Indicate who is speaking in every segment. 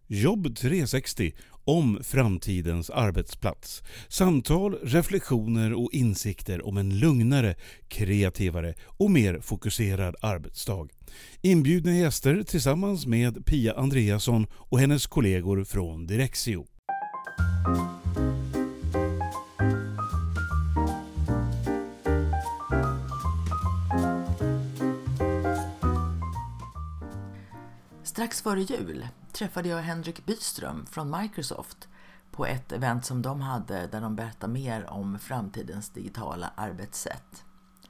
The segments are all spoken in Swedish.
Speaker 1: Jobb 360 om framtidens arbetsplats. Samtal, reflektioner och insikter om en lugnare, kreativare och mer fokuserad arbetsdag. Inbjudna gäster tillsammans med Pia Andreasson och hennes kollegor från Direxio.
Speaker 2: Strax före jul träffade jag Henrik Byström från Microsoft på ett event som de hade där de berättade mer om framtidens digitala arbetssätt.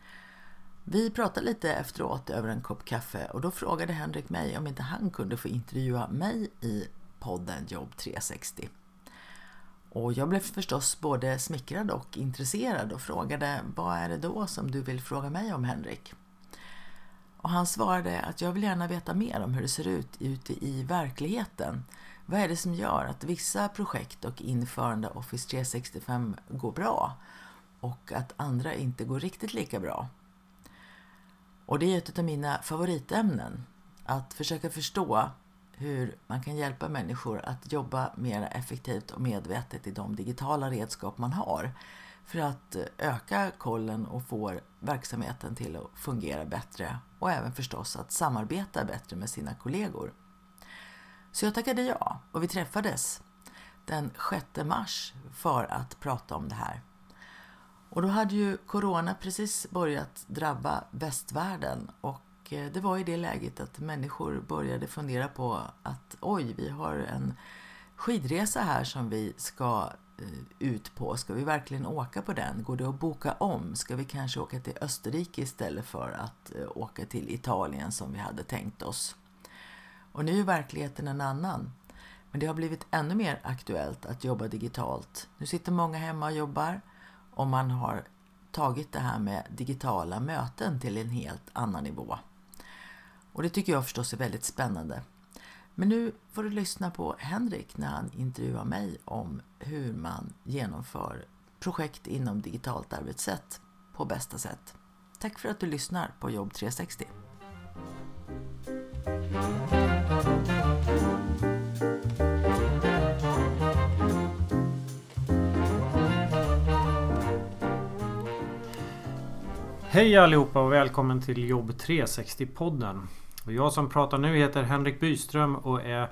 Speaker 2: Vi pratade lite efteråt över en kopp kaffe och då frågade Henrik mig om inte han kunde få intervjua mig i podden Jobb 360. Och jag blev förstås både smickrad och intresserad och frågade: vad är det då som du vill fråga mig om, Henrik? Och han svarade att jag vill gärna veta mer om hur det ser ut ute i verkligheten. Vad är det som gör att vissa projekt och införande Office 365 går bra och att andra inte går riktigt lika bra? Och det är ett av mina favoritämnen, att försöka förstå hur man kan hjälpa människor att jobba mer effektivt och medvetet i de digitala redskap man har för att öka kollen och få verksamheten till att fungera bättre och även förstås att samarbeta bättre med sina kollegor. Så jag tackade ja och vi träffades den 6 mars för att prata om det här. Och då hade ju corona precis börjat drabba västvärlden och det var i det läget att människor började fundera på att vi har en skidresa här som vi ska ut på. Ska vi verkligen åka på den? Går det att boka om? Ska vi kanske åka till Österrike istället för att åka till Italien som vi hade tänkt oss? Och nu är verkligheten en annan. Men det har blivit ännu mer aktuellt att jobba digitalt. Nu sitter många hemma och jobbar och man har tagit det här med digitala möten till en helt annan nivå. Och det tycker jag förstås är väldigt spännande. Men nu får du lyssna på Henrik när han intervjuar mig om hur man genomför projekt inom digitalt arbetssätt på bästa sätt. Tack för att du lyssnar på Jobb 360.
Speaker 3: Hej allihopa och välkommen till Jobb 360-podden. Och jag som pratar nu heter Henrik Byström och är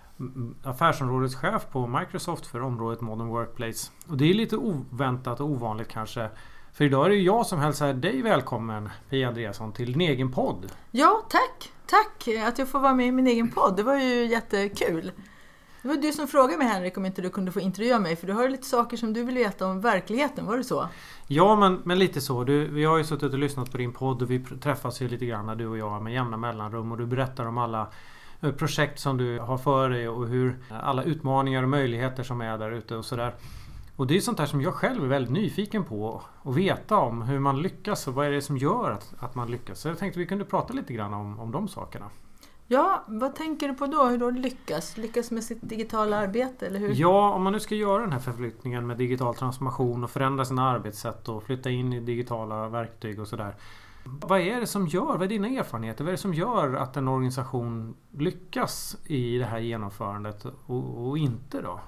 Speaker 3: affärsområdeschef på Microsoft för området Modern Workplace. Och det är lite oväntat och ovanligt kanske. För idag är det jag som hälsar dig välkommen, Pia Andreasson, till din egen podd.
Speaker 2: Ja, tack! Tack att jag får vara med i min egen podd. Det var ju jättekul. Det var du som frågade mig, Henrik, om inte du kunde få intervjua mig. För du har lite saker som du vill veta om verkligheten, var det så?
Speaker 3: Ja, men lite så. Vi har ju suttit och lyssnat på din podd och vi träffas ju lite grann, du och jag, med jämna mellanrum. Och du berättar om alla projekt som du har för dig och hur alla utmaningar och möjligheter som är där ute och sådär. Och det är sånt här som jag själv är väldigt nyfiken på att veta om hur man lyckas och vad är det som gör att man lyckas. Så jag tänkte vi kunde prata lite grann om de sakerna.
Speaker 2: Ja, vad tänker du på då? Hur då lyckas med sitt digitala arbete, eller hur?
Speaker 3: Ja, om man nu ska göra den här förflyttningen med digital transformation och förändra sina arbetssätt och flytta in i digitala verktyg och sådär. Vad är det som gör, vad är dina erfarenheter? Vad är det som gör att en organisation lyckas i det här genomförandet och inte då?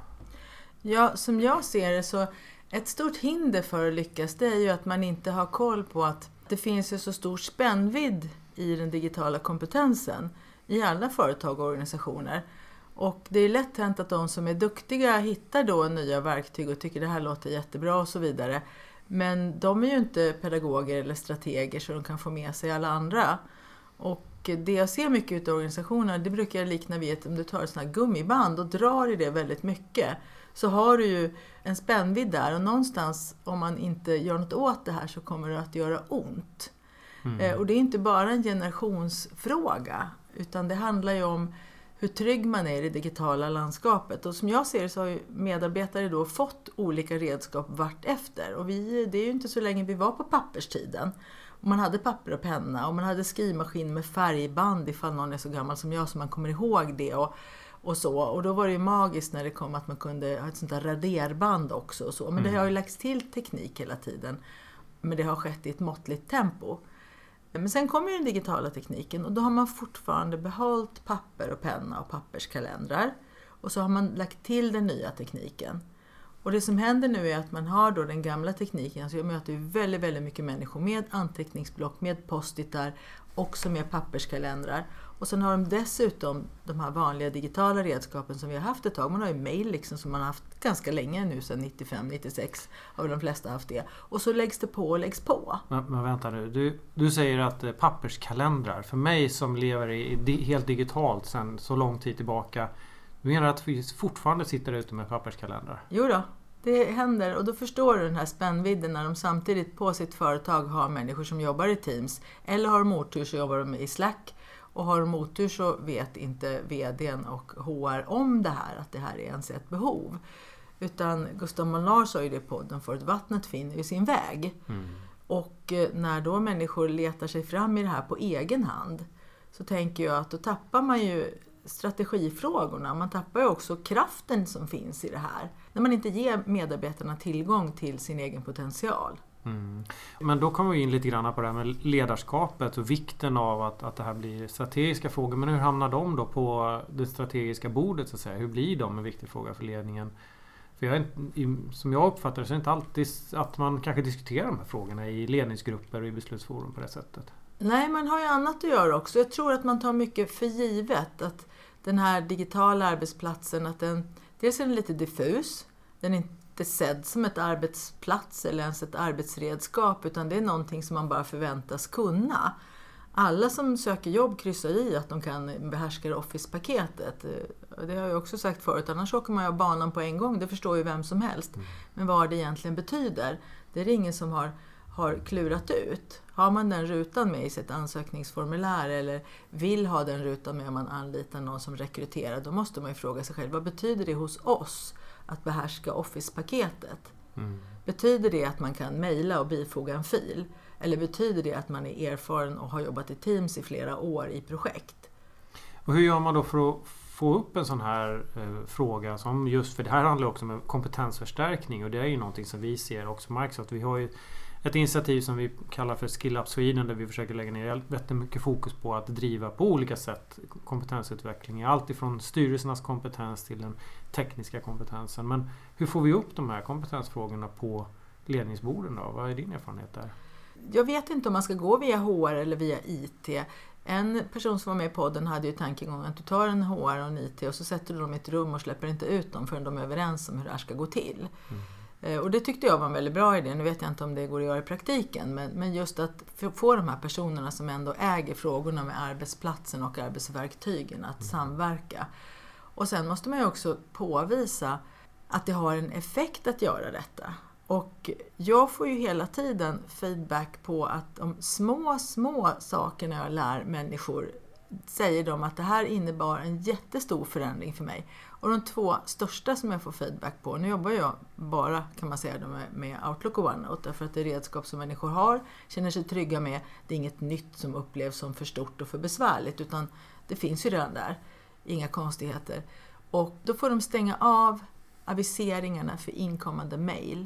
Speaker 2: Ja, som jag ser det så ett stort hinder för att lyckas, det är ju att man inte har koll på att det finns ju så stor spännvidd i den digitala kompetensen i alla företag och organisationer. Och det är lätt hänt att de som är duktiga hittar då nya verktyg och tycker det här låter jättebra och så vidare. Men de är ju inte pedagoger eller strateger så de kan få med sig alla andra. Och det jag ser mycket utav organisationer, det brukar jag likna vid att om du tar ett sånt här gummiband och drar i det väldigt mycket, så har du ju en spännvidd där. Och någonstans, om man inte gör något åt det här, så kommer det att göra ont. Och det är inte bara en generationsfråga, utan det handlar ju om hur trygg man är i det digitala landskapet. Och som jag ser det så har ju medarbetare då fått olika redskap vart efter. Och det är ju inte så länge vi var på papperstiden. Och man hade papper och penna och man hade skrivmaskin med färgband ifall någon är så gammal som jag så man kommer ihåg det och så. Och då var det ju magiskt när det kom att man kunde ha ett sånt där raderband också och så. Men det har ju lagts till teknik hela tiden. Men det har skett i ett måttligt tempo. Men sen kommer ju den digitala tekniken och då har man fortfarande behållit papper och penna och papperskalendrar. och så har man lagt till den nya tekniken. Och det som händer nu är att man har då den gamla tekniken, så jag möter väldigt, väldigt mycket människor med anteckningsblock, med post-itar, också med papperskalendrar. Och sen har de dessutom de här vanliga digitala redskapen som vi har haft ett tag. Man har ju mail liksom, som man har haft ganska länge nu, sedan 95-96 har de flesta haft det. Och så läggs det på och läggs på.
Speaker 3: Men vänta nu, du säger att papperskalendrar, för mig som lever helt digitalt sedan så lång tid tillbaka, du menar att vi fortfarande sitter ute med papperskalendrar?
Speaker 2: Jo då, det händer, och då förstår du den här spännvidden när de samtidigt på sitt företag har människor som jobbar i Teams, eller har de otur så jobbar de i Slack, och har de otur så vet inte vdn och HR om det här, att det här är ens ett behov. Utan Gustav Molnar sa ju det på podden för att vattnet finner ju sin väg. Och när då människor letar sig fram i det här på egen hand, så tänker jag att då tappar man ju strategifrågorna. Man tappar ju också kraften som finns i det här. När man inte ger medarbetarna tillgång till sin egen potential.
Speaker 3: Men då kommer vi in lite grann på det här med ledarskapet och vikten av att det här blir strategiska frågor. Men hur hamnar de då på det strategiska bordet så att säga? Hur blir de en viktig fråga för ledningen? För som jag uppfattar det så är det inte alltid att man kanske diskuterar de här frågorna i ledningsgrupper och i beslutsforum på det sättet. Nej,
Speaker 2: man har ju annat att göra också. Jag tror att man tar mycket för givet att den här digitala arbetsplatsen, att dels är den lite diffus. Den är inte sedd som ett arbetsplats eller ens ett arbetsredskap, utan det är någonting som man bara förväntas kunna. Alla som söker jobb kryssar i att de kan behärska Office-paketet. Det har jag också sagt förut, annars åker man ju banan på en gång, det förstår ju vem som helst. Men vad det egentligen betyder, det är ingen som har klurat ut. Har man den rutan med i sitt ansökningsformulär eller vill ha den rutan med om man anlitar någon som rekryterar, då måste man ju fråga sig själv, vad betyder det hos oss att behärska Office-paketet? Betyder det att man kan mejla och bifoga en fil? Eller betyder det att man är erfaren och har jobbat i Teams i flera år i projekt?
Speaker 3: Och hur gör man då för att få upp en sån här fråga som just, för det här handlar också om kompetensförstärkning, och det är ju någonting som vi ser också på Microsoft. Vi har ju ett initiativ som vi kallar för Skill Up Sweden, där vi försöker lägga ner väldigt mycket fokus på att driva på olika sätt kompetensutveckling. Allt ifrån styrelsernas kompetens till den tekniska kompetensen. Men hur får vi upp de här kompetensfrågorna på ledningsborden då? Vad är din erfarenhet där?
Speaker 2: Jag vet inte om man ska gå via HR eller via IT. En person som var med i podden hade ju tankegången att du tar en HR och en IT och så sätter du dem i ett rum och släpper inte ut dem förrän de är överens om hur det här ska gå till. Och det tyckte jag var en väldigt bra idé. Nu vet jag inte om det går att göra i praktiken. Men just att få de här personerna som ändå äger frågorna med arbetsplatsen och arbetsverktygen att samverka. Och sen måste man ju också påvisa att det har en effekt att göra detta. Och jag får ju hela tiden feedback på att de små sakerna jag lär människor, säger de att det här innebar en jättestor förändring för mig. Och de 2 största som jag får feedback på, nu jobbar jag bara, kan man säga, med Outlook och OneNote, därför att det är redskap som människor har, känner sig trygga med. Det är inget nytt som upplevs som för stort och för besvärligt, utan det finns ju redan där, inga konstigheter. Och då får de stänga av aviseringarna för inkommande mejl.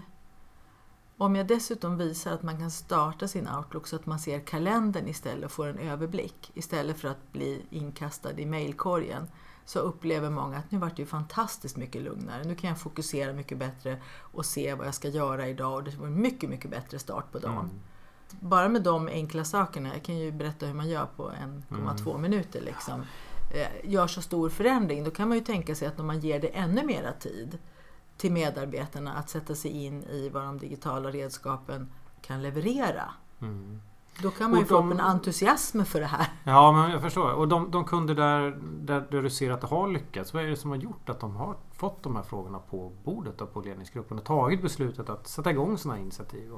Speaker 2: Om jag dessutom visar att man kan starta sin Outlook så att man ser kalendern istället och får en överblick, istället för att bli inkastad i mejlkorgen, så upplever många att nu vart det ju fantastiskt mycket lugnare. Nu kan jag fokusera mycket bättre och se vad jag ska göra idag, och det var en mycket, mycket bättre start på dagen. Bara med de enkla sakerna, jag kan ju berätta hur man gör på 1,2 minuter liksom, gör så stor förändring. Då kan man ju tänka sig att om man ger det ännu mera tid till medarbetarna att sätta sig in i vad de digitala redskapen kan leverera. Då kan man ju få en entusiasm för det här.
Speaker 3: Ja, men jag förstår. Och de kunder där du ser att det har lyckats, vad är det som har gjort att de har fått de här frågorna på bordet och på ledningsgruppen och tagit beslutet att sätta igång sådana initiativ?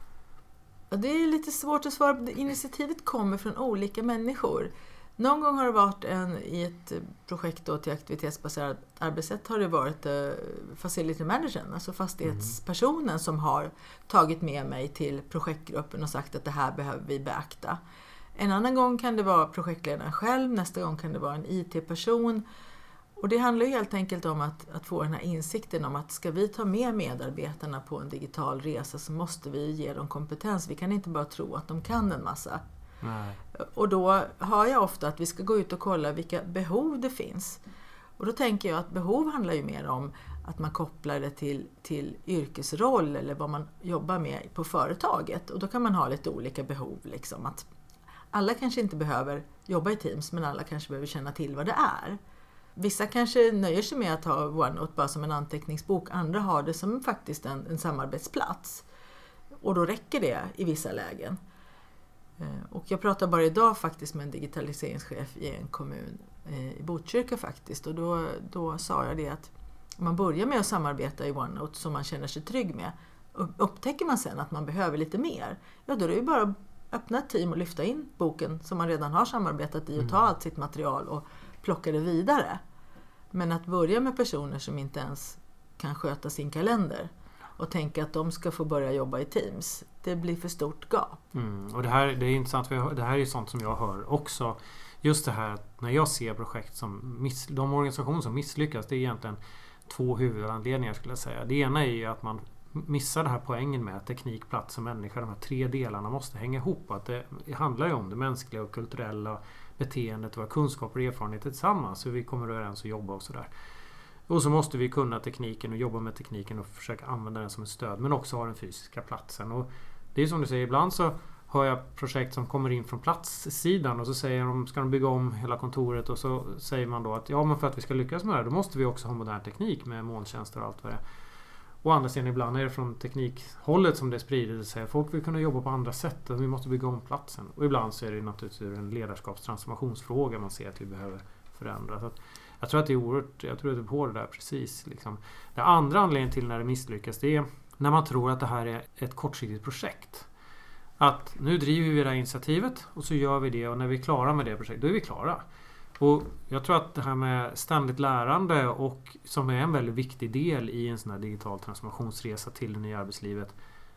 Speaker 2: Ja, det är lite svårt att svara. Initiativet kommer från olika människor. Någon gång har det varit i ett projekt då till aktivitetsbaserat arbetssätt, har det varit facility managern, alltså fastighetspersonen som har tagit med mig till projektgruppen och sagt att det här behöver vi beakta. En annan gång kan det vara projektledaren själv, nästa gång kan det vara en IT-person. Och det handlar ju helt enkelt om att få den här insikten om att ska vi ta med medarbetarna på en digital resa så måste vi ge dem kompetens. Vi kan inte bara tro att de kan en massa. Nej. Och då har jag ofta att vi ska gå ut och kolla vilka behov det finns. Och då tänker jag att behov handlar ju mer om att man kopplar det till yrkesroll eller vad man jobbar med på företaget. Och då kan man ha lite olika behov. Liksom. Att alla kanske inte behöver jobba i Teams, men alla kanske behöver känna till vad det är. Vissa kanske nöjer sig med att ha OneNote bara som en anteckningsbok. Andra har det som faktiskt en samarbetsplats. Och då räcker det i vissa lägen. Och jag pratade bara idag faktiskt med en digitaliseringschef i en kommun i Botkyrka faktiskt. Och då sa jag det att om man börjar med att samarbeta i OneNote som man känner sig trygg med. Upptäcker man sen att man behöver lite mer. Ja, då är det ju bara att öppna ett team och lyfta in boken som man redan har samarbetat i och ta allt sitt material och plocka det vidare. Men att börja med personer som inte ens kan sköta sin kalender och tänka att de ska få börja jobba i Teams, det blir för stort gap.
Speaker 3: Och det är intressant, för det här är sånt som jag hör också. Just det här att när jag ser projekt som de organisationer som misslyckas, det är egentligen 2 huvudanledningar skulle jag säga. Det ena är ju att man missar det här poängen med att teknik, plats och människa, de här 3 delarna måste hänga ihop. Att det handlar ju om det mänskliga och kulturella beteendet, våra kunskaper och erfarenheter tillsammans, hur vi kommer överens och jobba och sådär. Och så måste vi kunna tekniken och jobba med tekniken och försöka använda den som ett stöd, men också ha den fysiska platsen. Och det är som du säger, ibland så hör jag projekt som kommer in från platssidan och så säger de, ska de bygga om hela kontoret, och så säger man då att ja, men för att vi ska lyckas med det, då måste vi också ha modern teknik med molntjänster och allt vad det är. Och andra sidan ibland är det från teknikhållet som det sprider sig. Folk vill kunna jobba på andra sätt och vi måste bygga om platsen. Och ibland så är det naturligtvis en ledarskapstransformationsfråga man ser att vi behöver förändra. Så att jag tror att det är oerhört, jag tror att det är på det där precis. Liksom. Det andra anledningen till när det misslyckas, det är när man tror att det här är ett kortsiktigt projekt. Att nu driver vi det här initiativet och så gör vi det, och när vi är klara med det projektet, då är vi klara. Och jag tror att det här med ständigt lärande, och som är en väldigt viktig del i en sån här digital transformationsresa till det nya arbetslivet,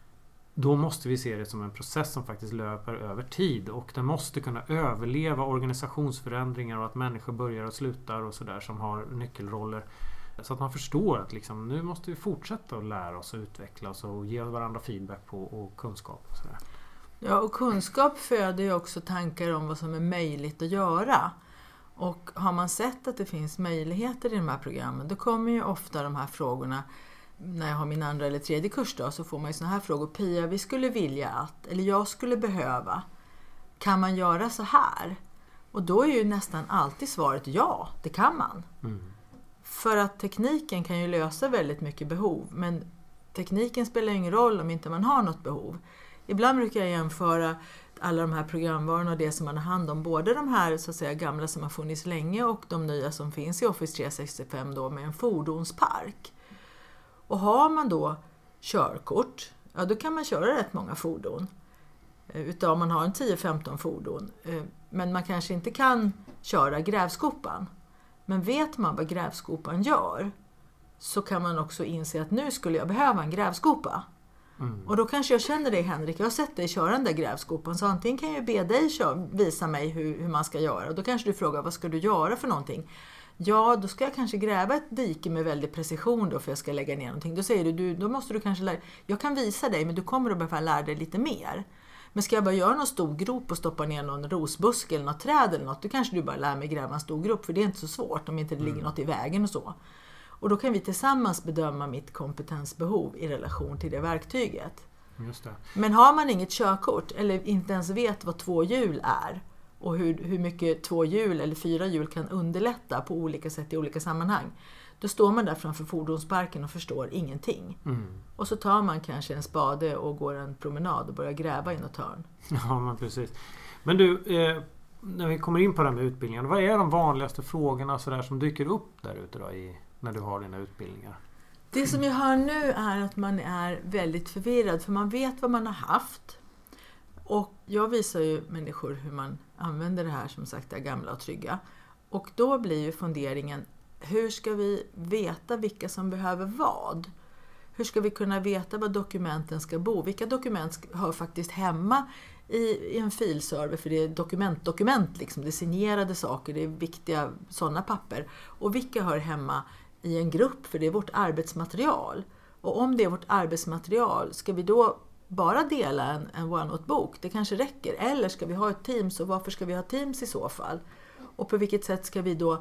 Speaker 3: då måste vi se det som en process som faktiskt löper över tid, och den måste kunna överleva organisationsförändringar och att människor börjar och slutar och sådär som har nyckelroller. Så att man förstår att liksom, nu måste vi fortsätta att lära oss och utveckla oss och ge varandra feedback på och kunskap och sådär.
Speaker 2: Ja, och kunskap föder ju också tankar om vad som är möjligt att göra. Och har man sett att det finns möjligheter i de här programmen, då kommer ju ofta de här frågorna. När jag har min andra eller tredje kurs då, så får man ju såna här frågor. Pia, vi skulle vilja att, eller jag skulle behöva. Kan man göra så här? Och då är ju nästan alltid svaret ja, det kan man. För att tekniken kan ju lösa väldigt mycket behov. Men tekniken spelar ingen roll om inte man har något behov. Ibland brukar jag jämföra alla de här programvarorna och det som man har hand om. Både de här så att säga gamla som har funnits länge och de nya som finns i Office 365 då, med en fordonspark. Och har man då körkort, ja då kan man köra rätt många fordon. Utav man har en 10-15 fordon. Men man kanske inte kan köra grävskopan. Men vet man vad grävskopan gör, så kan man också inse att nu skulle jag behöva en grävskopa. Och då kanske jag känner dig, Henrik, jag har sett dig köra den där grävskopan, så antingen kan jag be dig visa mig hur man ska göra. Och då kanske du frågar, vad ska du göra för någonting? Ja, då ska jag kanske gräva ett dike med väldigt precision då, för jag ska lägga ner någonting. Då säger du, då måste du kanske lära. Jag kan visa dig, men du kommer att behöva lära dig lite mer. Men ska jag bara göra någon stor grop och stoppa ner någon rosbusk eller något träd eller något, då kanske du bara lär mig gräva en stor grop, för det är inte så svårt om inte det ligger något i vägen och så. Och då kan vi tillsammans bedöma mitt kompetensbehov i relation till det verktyget.
Speaker 3: Just det.
Speaker 2: Men har man inget körkort eller inte ens vet vad 2 hjul är och hur mycket 2 hjul eller 4 hjul kan underlätta på olika sätt i olika sammanhang, då står man där framför fordonsparken och förstår ingenting. Och så tar man kanske en spade och går en promenad och börjar gräva i något hörn.
Speaker 3: Ja, men precis. Men du, när vi kommer in på det här med utbildningen, vad är de vanligaste frågorna så där som dyker upp där ute då när du har dina utbildningar?
Speaker 2: Det som jag hör nu är att man är väldigt förvirrad, för man vet vad man har haft. Och jag visar ju människor hur man använder det här, som sagt, det gamla och trygga. Och då blir ju funderingen, hur ska vi veta vilka som behöver vad? Hur ska vi kunna veta var dokumenten ska bo? Vilka dokument hör faktiskt hemma i en filserver? För det är dokument liksom, det är signerade saker, det är viktiga sådana papper. Och vilka hör hemma i en grupp? För det är vårt arbetsmaterial. Och om det är vårt arbetsmaterial, ska vi då bara dela en OneNote-bok? Det kanske räcker. Eller ska vi ha ett Teams, och varför ska vi ha Teams i så fall? Och på vilket sätt ska vi då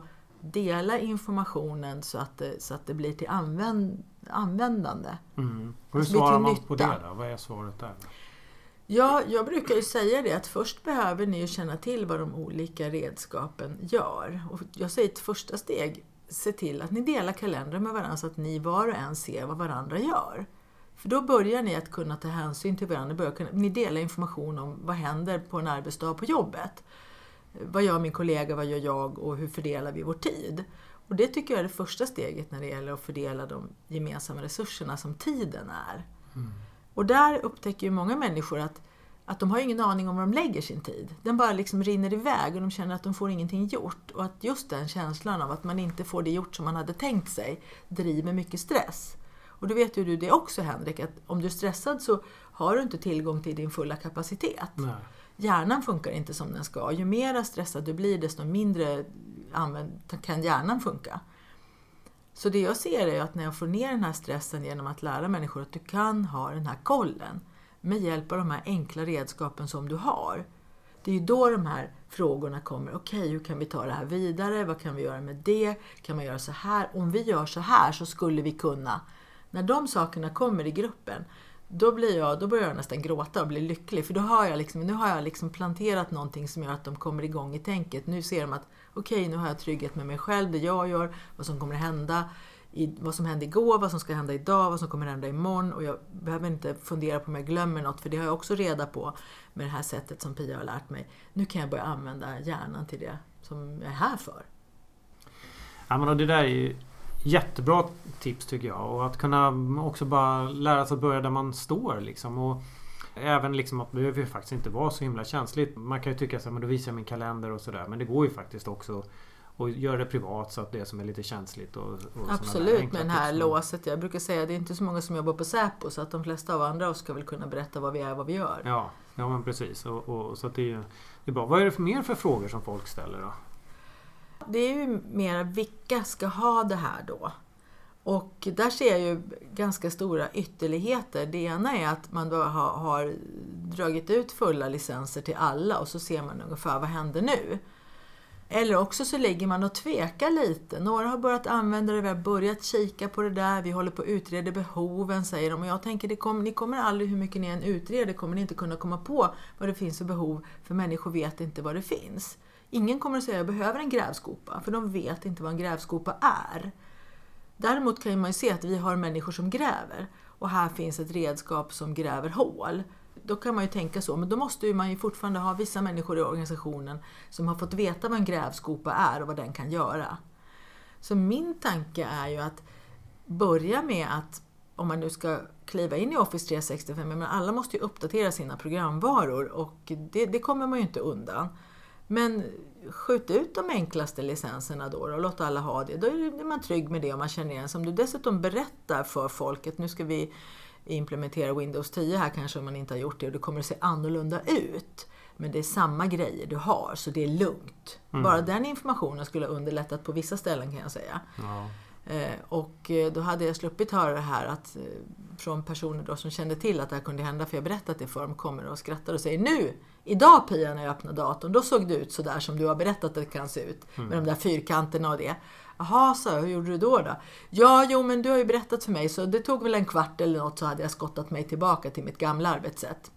Speaker 2: dela informationen så att det blir till användande.
Speaker 3: Hur svarar man på det då? Vad är svaret där?
Speaker 2: Ja, jag brukar ju säga det att först behöver ni ju känna till vad de olika redskapen gör. Och jag säger ett första steg, se till att ni delar kalendern med varandra så att ni var och en ser vad varandra gör. För då börjar ni att kunna ta hänsyn till varandra. Ni delar information om vad händer på en arbetsdag på jobbet. Vad gör min kollega, vad gör jag och hur fördelar vi vår tid? Och det tycker jag är det första steget när det gäller att fördela de gemensamma resurserna som tiden är. Och där upptäcker ju många människor att de har ingen aning om var de lägger sin tid. Den bara liksom rinner iväg och de känner att de får ingenting gjort. Och att just den känslan av att man inte får det gjort som man hade tänkt sig driver mycket stress. Och då vet ju du det också, Henrik, att om du är stressad så har du inte tillgång till din fulla kapacitet.
Speaker 3: Nej.
Speaker 2: Hjärnan funkar inte som den ska. Ju mer stressad du blir, desto mindre kan hjärnan funka. Så det jag ser är att när jag får ner den här stressen genom att lära människor att du kan ha den här kollen med hjälp av de här enkla redskapen som du har. Det är ju då de här frågorna kommer. Okej, hur kan vi ta det här vidare? Vad kan vi göra med det? Kan man göra så här? Om vi gör så här så skulle vi kunna. När de sakerna kommer i gruppen, då börjar jag nästan gråta och bli lycklig. För då har jag liksom planterat någonting som gör att de kommer igång i tänket. Nu ser de att okej, nu har jag trygghet med mig själv, det jag gör, vad som kommer hända, vad som hände igår, vad som ska hända idag, vad som kommer hända imorgon. Och jag behöver inte fundera på om jag glömmer något, för det har jag också reda på med det här sättet som Pia har lärt mig. Nu kan jag börja använda hjärnan till det som jag är här för.
Speaker 3: Ja, men det där är ju jättebra tips tycker jag. Och att kunna också bara lära sig att börja där man står liksom. Och även liksom att det behöver ju faktiskt inte vara så himla känsligt. Man kan ju tycka så här, men då visar jag min kalender och sådär. Men det går ju faktiskt också att göra det privat så att det som är lite känsligt. Och
Speaker 2: absolut, med den här låset. Jag brukar säga att det är inte så många som jobbar på Säpo, så att de flesta av andra ska väl kunna berätta vad vi är och vad vi gör.
Speaker 3: Ja men precis. Och så att det är bra. Vad är det mer för frågor som folk ställer då?
Speaker 2: Det är ju mer vilka ska ha det här då. Och där ser jag ju ganska stora ytterligheter. Det ena är att man då har dragit ut fulla licenser till alla och så ser man ungefär vad händer nu. Eller också så ligger man och tvekar lite. Några har börjat använda det, vi har börjat kika på det där. Vi håller på att utreda behoven, säger de. Och jag tänker, ni kommer aldrig, hur mycket ni än utreder, kommer ni inte kunna komma på vad det finns för behov. För människor vet inte vad det finns. Ingen kommer att säga jag behöver en grävskopa, för de vet inte vad en grävskopa är. Däremot kan man ju se att vi har människor som gräver. Och här finns ett redskap som gräver hål. Då kan man ju tänka så, men då måste man ju fortfarande ha vissa människor i organisationen som har fått veta vad en grävskopa är och vad den kan göra. Så min tanke är ju att börja med att, om man nu ska kliva in i Office 365, men alla måste ju uppdatera sina programvaror och det kommer man ju inte undan. Men skjut ut de enklaste licenserna då och låt alla ha det. Då är man trygg med det om man känner igen. Som du dessutom berättar för folket, nu ska vi implementera Windows 10 här kanske om man inte har gjort det, och det kommer att se annorlunda ut. Men det är samma grejer du har, så det är lugnt. Bara den informationen skulle ha underlättat på vissa ställen, kan jag säga. Ja. Och då hade jag sluppit höra det här att, från personer då som kände till att det här kunde hända, för jag berättat det för dem, kommer och skrattar och säger idag Pia, när jag öppnade datorn, då såg det ut så där som du har berättat att det kan se ut. Med de där fyrkanterna och det. Jaha, så hur gjorde du då? Ja, men du har ju berättat för mig, så det tog väl en kvart eller något, så hade jag skottat mig tillbaka till mitt gamla arbetssätt.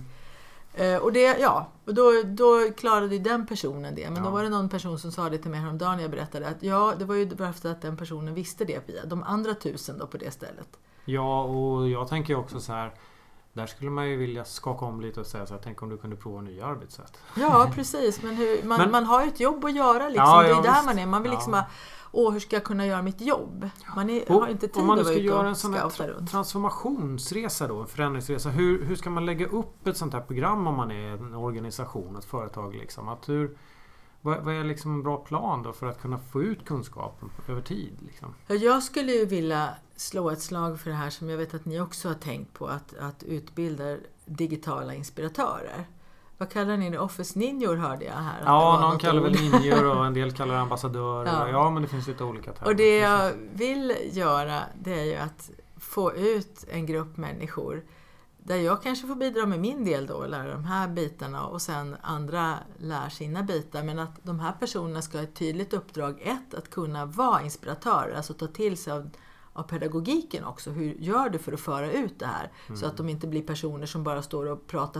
Speaker 2: Och och då klarade den personen det. Men då var det någon person som sa det till mig häromdagen när jag berättade att det var ju bara för att den personen visste det via de andra 1000 då på det stället. Ja,
Speaker 3: och jag tänker också så här, där skulle man ju vilja skaka om lite och säga så här, tänk om du kunde prova nya arbetssätt.
Speaker 2: Ja, precis. Men man har ju ett jobb att göra liksom. Det är där man är. Man vill liksom hur ska jag kunna göra mitt jobb? Man har inte tid att vara ute och scouta runt. Om man ska göra en sån här
Speaker 3: transformationsresa då, en förändringsresa, hur ska man lägga upp ett sånt här program om man är en organisation, ett företag liksom? Vad är liksom en bra plan då för att kunna få ut kunskapen över tid? Liksom?
Speaker 2: Jag skulle ju vilja slå ett slag för det här som jag vet att ni också har tänkt på, att utbilda digitala inspiratörer. Vad kallar ni det? Office ninjor hörde jag här.
Speaker 3: Ja, någon kallar väl ninjor och en del kallar ambassadörer. Ja, men det finns lite olika termer.
Speaker 2: Och det jag vill göra, det är ju att få ut en grupp människor där jag kanske får bidra med min del då och lära de här bitarna och sen andra lär sina bitar. Men att de här personerna ska ha ett tydligt uppdrag. Att kunna vara inspiratörer, alltså ta till sig av pedagogiken också. Hur gör du för att föra ut det här? Så att de inte blir personer som bara står och pratar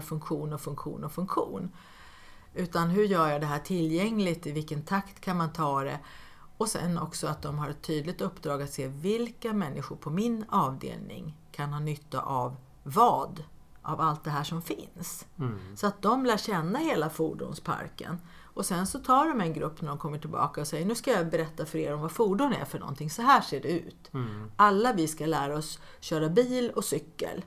Speaker 2: funktion. Utan hur gör jag det här tillgängligt? I vilken takt kan man ta det? Och sen också att de har ett tydligt uppdrag att se vilka människor på min avdelning kan ha nytta av vad av allt det här som finns. Så att de lär känna hela fordonsparken. Och sen så tar de en grupp när de kommer tillbaka och säger nu ska jag berätta för er om vad fordon är för någonting. Så här ser det ut. Alla vi ska lära oss köra bil och cykel.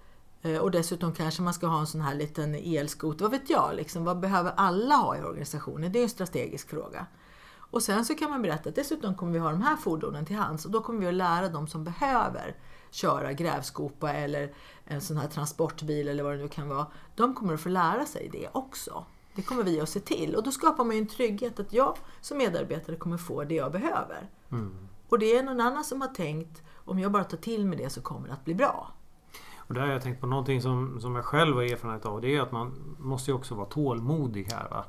Speaker 2: Och dessutom kanske man ska ha en sån här liten elskoter. Vad vet jag? Liksom, vad behöver alla ha i organisationen? Det är en strategisk fråga. Och sen så kan man berätta att dessutom kommer vi ha de här fordonen till hands. Och då kommer vi att lära dem som behöver köra grävskopa eller en sån här transportbil eller vad det nu kan vara. De kommer att få lära sig det också. Det kommer vi att se till. Och då skapar man ju en trygghet att jag som medarbetare kommer få det jag behöver. Och det är någon annan som har tänkt om jag bara tar till med det så kommer det att bli bra.
Speaker 3: Och där har jag tänkt på någonting som jag själv har erfarenhet av. Det är att man måste ju också vara tålmodig här, va?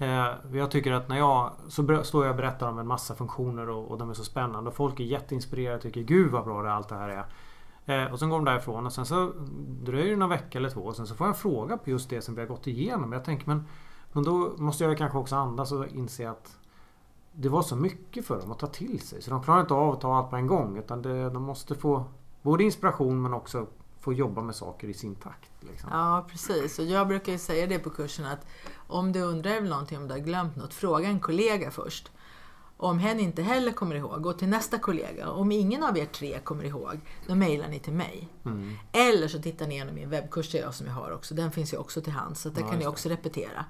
Speaker 3: Jag tycker att när jag står jag och berättar om en massa funktioner och de är så spännande och folk är jätteinspirerade och tycker gud vad bra det allt det här är. Och sen går de därifrån och sen så dröjer det några veckor eller två och sen så får jag en fråga på just det som vi har gått igenom. Jag tänker men då måste jag kanske också andas och inse att det var så mycket för dem att ta till sig. Så de klarar inte av att ta allt på en gång utan de måste få både inspiration men också få jobba med saker i sin takt. Liksom.
Speaker 2: Ja, precis. Och jag brukar ju säga det på kursen att om du undrar över någonting, om du har glömt något, fråga en kollega först. Om hen inte heller kommer ihåg, gå till nästa kollega. Om ingen av er 3 kommer ihåg, då mejlar ni till mig. Eller så tittar ni igenom min webbkurs som jag har också. Den finns ju också till hands, så det kan ni också repetera.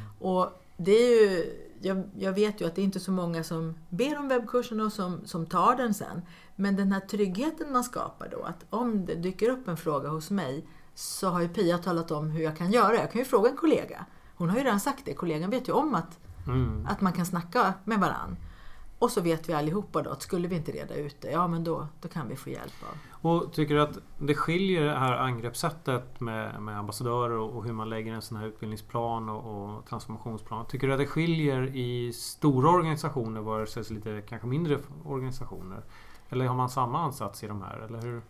Speaker 2: Och det är ju, jag vet ju att det är inte så många som ber om webbkursen och som tar den sen. Men den här tryggheten man skapar då, att om det dyker upp en fråga hos mig så har ju Pia talat om hur jag kan göra. Jag kan ju fråga en kollega. Hon har ju redan sagt det. Kollegan vet ju om att man kan snacka med varann. Och så vet vi allihopa då att skulle vi inte reda ut det, ja men då kan vi få hjälp av.
Speaker 3: Och tycker du att det skiljer det här angreppssättet med ambassadörer och hur man lägger en sån här utbildningsplan och transformationsplan? Tycker du att det skiljer i stora organisationer versus lite kanske mindre organisationer? Eller har man samma ansats i de här? Eller hur?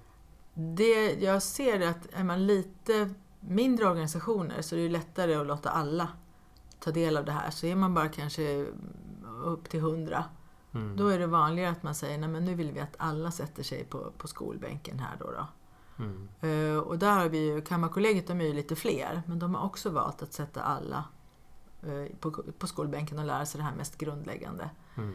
Speaker 2: Jag ser att är man lite mindre organisationer så är det lättare att låta alla ta del av det här. Så är man bara kanske upp till 100. Då är det vanligare att man säger nej men nu vill vi att alla sätter sig på skolbänken här då. Och där har vi ju Kammarkollegiet, de är ju lite fler, men de har också valt att sätta alla på skolbänken och lära sig det här mest grundläggande.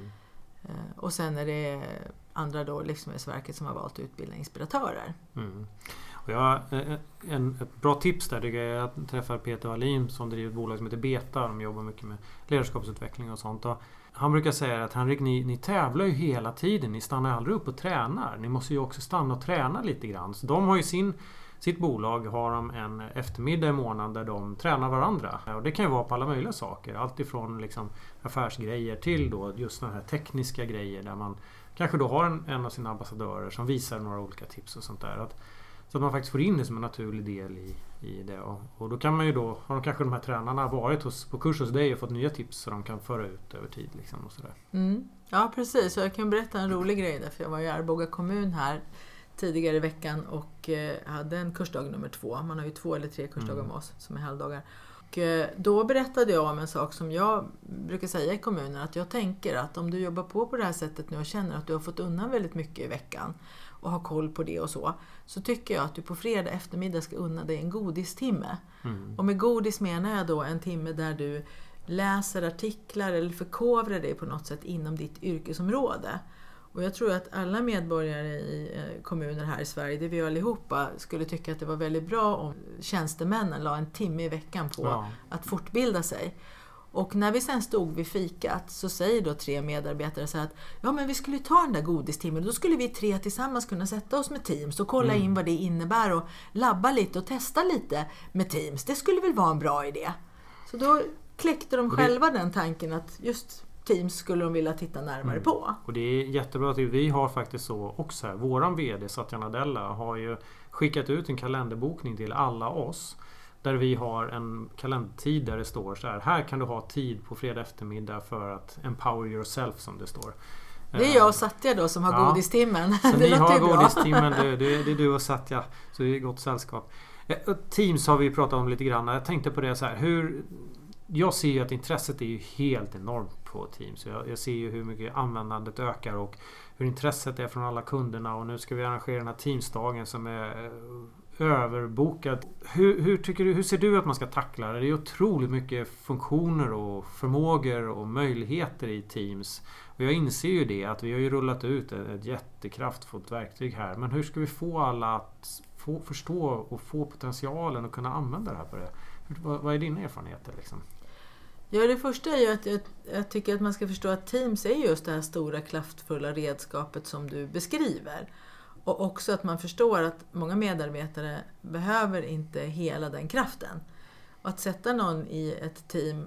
Speaker 2: Och sen är det andra då Livsmedelsverket som har valt att utbilda inspiratörer.
Speaker 3: Och ett bra tips där tycker jag är att träffa Peter Wallin som driver ett bolag som heter Beta. De jobbar mycket med ledarskapsutveckling och sånt. Och han brukar säga att Henrik, ni tävlar ju hela tiden. Ni stannar aldrig upp och tränar. Ni måste ju också stanna och träna lite grann. Så de har ju sitt bolag har de en eftermiddag i månaden där de tränar varandra. Och det kan ju vara på alla möjliga saker. Allt ifrån liksom affärsgrejer till då just sådana här tekniska grejer där man kanske då har en av sina ambassadörer som visar några olika tips och sånt där. Så att man faktiskt får in det som en naturlig del i det. Och då kan man ju då, har kanske de här tränarna varit på kurs hos dig och fått nya tips så de kan föra ut över tid liksom och sådär.
Speaker 2: Ja, precis. Så jag kan berätta en rolig grej där, för jag var i Arboga kommun här tidigare i veckan och hade en kursdag nummer 2. Man har ju 2 eller 3 kursdagar med oss som är halvdagar. Och då berättade jag om en sak som jag brukar säga i kommunen, att jag tänker att om du jobbar på det här sättet nu och känner att du har fått undan väldigt mycket i veckan och har koll på det och så tycker jag att du på fredag eftermiddag ska unna dig en godistimme. Och med godis menar jag då en timme där du läser artiklar eller förkovrar dig på något sätt inom ditt yrkesområde. Och jag tror att alla medborgare i kommuner här i Sverige, det vi allihopa, skulle tycka att det var väldigt bra om tjänstemännen la en timme i veckan på att fortbilda sig. Och när vi sen stod vid fikat så säger då 3 medarbetare så att ja men vi skulle ta den där godistimmen, då skulle vi 3 tillsammans kunna sätta oss med Teams och kolla in vad det innebär och labba lite och testa lite med Teams. Det skulle väl vara en bra idé. Så då kläckte de själva den tanken att just Teams skulle de vilja titta närmare på.
Speaker 3: Och det är jättebra att vi har faktiskt så också här. Våran vd Satya Nadella har ju skickat ut en kalenderbokning till alla oss. Där vi har en kalendertid där det står så här. Här kan du ha tid på fredag eftermiddag för att empower yourself, som det står.
Speaker 2: Det är jag och Satya då som har godistimmen.
Speaker 3: Så
Speaker 2: det
Speaker 3: ni har
Speaker 2: bra.
Speaker 3: godistimmen, det är du och Satya. Så det är gott sällskap. Teams har vi pratat om lite grann. Jag tänkte på det så här. Jag ser ju att intresset är ju helt enormt på Teams. Jag ser ju hur mycket användandet ökar och hur intresset är från alla kunderna. Och nu ska vi arrangera den här Teamsdagen som är överbokad. Hur ser du att man ska tackla det? Det är otroligt mycket funktioner och förmågor och möjligheter i Teams. Och jag inser ju det att vi har ju rullat ut ett jättekraftfullt verktyg här. Men hur ska vi få alla att förstå och få potentialen och kunna använda det här på det? Vad är dina erfarenheter liksom?
Speaker 2: Ja, det första är ju att jag tycker att man ska förstå att Teams är just det här stora kraftfulla redskapet som du beskriver. Och också att man förstår att många medarbetare behöver inte hela den kraften. Och att sätta någon i ett team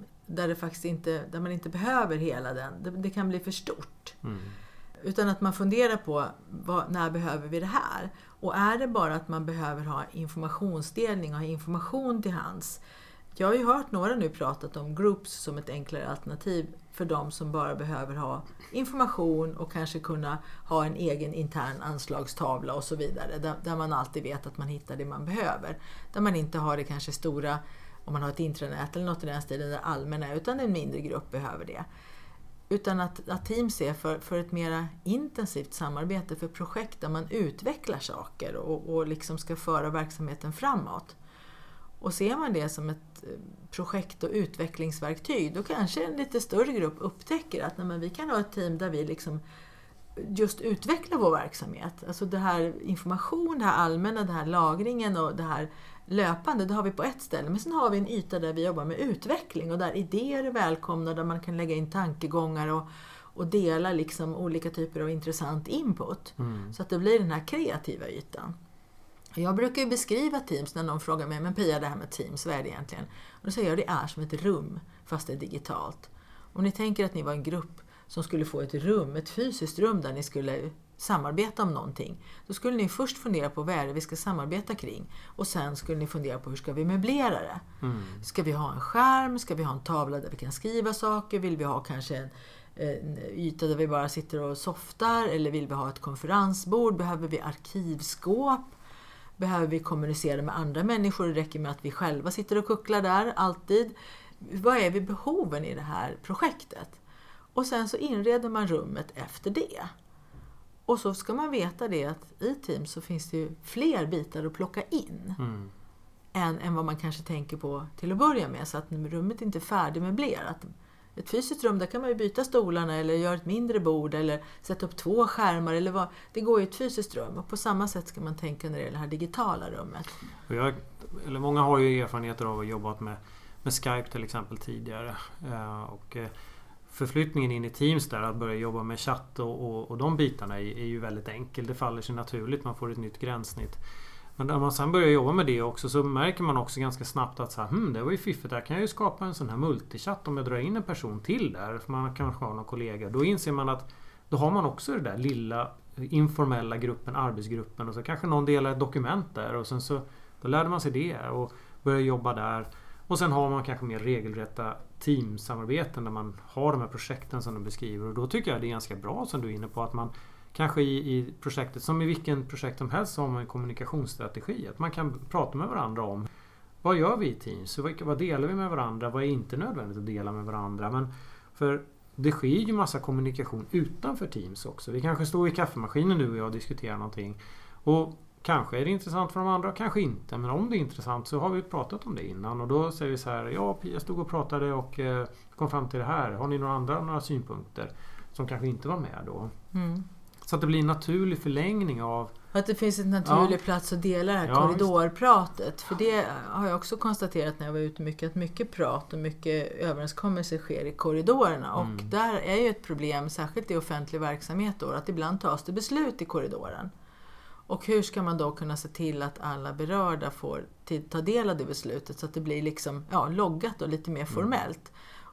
Speaker 2: där man inte behöver hela den, det kan bli för stort. Utan att man funderar på när behöver vi det här? Och är det bara att man behöver ha informationsdelning och ha information till hands? Jag har ju hört några nu pratat om groups som ett enklare alternativ för de som bara behöver ha information och kanske kunna ha en egen intern anslagstavla och så vidare. Där man alltid vet att man hittar det man behöver. Där man inte har det kanske stora, om man har ett intranät eller något i den stilen där allmänna, utan en mindre grupp behöver det. Utan att Teams är för ett mer intensivt samarbete, för projekt där man utvecklar saker och liksom ska föra verksamheten framåt. Och ser man det som ett projekt- och utvecklingsverktyg, då kanske en lite större grupp upptäcker att vi kan ha ett team där vi liksom just utvecklar vår verksamhet. Alltså det här information, det här allmänna, det här lagringen och det här löpande, det har vi på ett ställe. Men sen har vi en yta där vi jobbar med utveckling och där idéer är välkomna, där man kan lägga in tankegångar och dela liksom olika typer av intressant input. Så att det blir den här kreativa ytan. Jag brukar ju beskriva Teams när någon frågar mig, men Pia, det här med Teams, vad är det egentligen? Och då säger jag, det är som ett rum, fast det är digitalt. Om ni tänker att ni var en grupp som skulle få ett rum, ett fysiskt rum där ni skulle samarbeta om någonting, då skulle ni först fundera på vad är det vi ska samarbeta kring. Och sen skulle ni fundera på hur ska vi möblera det. Ska vi ha en skärm? Ska vi ha en tavla där vi kan skriva saker? Vill vi ha kanske en yta där vi bara sitter och softar? Eller vill vi ha ett konferensbord? Behöver vi arkivskåp? Behöver vi kommunicera med andra människor? Det räcker med att vi själva sitter och kucklar där alltid. Vad är vi behoven i det här projektet? Och sen så inreder man rummet efter det. Och så ska man veta det att i Teams så finns det ju fler bitar att plocka in. Än vad man kanske tänker på till att börja med. Så att rummet inte är färdigmöblerat. Ett fysiskt rum, där kan man ju byta stolarna eller göra ett mindre bord eller sätta upp 2 skärmar eller vad. Det går ju ett fysiskt rum, och på samma sätt ska man tänka när det gäller det här digitala rummet.
Speaker 3: Många har ju erfarenheter av att jobba med Skype till exempel tidigare. Och förflyttningen in i Teams där, att börja jobba med chatt och de bitarna är ju väldigt enkel. Det faller sig naturligt, man får ett nytt gränssnitt. Men när man sen börjar jobba med det också, så märker man också ganska snabbt att det var ju fiffigt, där kan jag ju skapa en sån här multichatt om jag drar in en person till där, för man kanske har någon kollega. Då inser man att då har man också det där lilla informella gruppen, arbetsgruppen, och så kanske någon delar ett dokument där, och sen så då lärde man sig det och börjar jobba där. Och sen har man kanske mer regelrätta teamsamarbeten där man har de här projekten som du beskriver, och då tycker jag det är ganska bra, som du är inne på, att man kanske i projektet, som i vilken projekt som helst, har man en kommunikationsstrategi. Att man kan prata med varandra om vad gör vi i Teams? Vad delar vi med varandra? Vad är inte nödvändigt att dela med varandra? Men för det sker ju massa kommunikation utanför Teams också. Vi kanske står i kaffemaskinen nu och jag diskuterar någonting. Och kanske är det intressant för de andra, kanske inte. Men om det är intressant så har vi pratat om det innan. Och då säger vi så här, ja, Pia stod och pratade och kom fram till det här. Har ni några synpunkter som kanske inte var med då? Så att det blir en naturlig förlängning av...
Speaker 2: Att det finns en naturlig plats att dela det här korridorpratet. För det har jag också konstaterat när jag var ute mycket, att mycket prat och mycket överenskommelser sker i korridorerna. Och där är ju ett problem, särskilt i offentlig verksamhet då, att ibland tas det beslut i korridoren. Och hur ska man då kunna se till att alla berörda får ta del av det beslutet, så att det blir liksom loggat och lite mer formellt.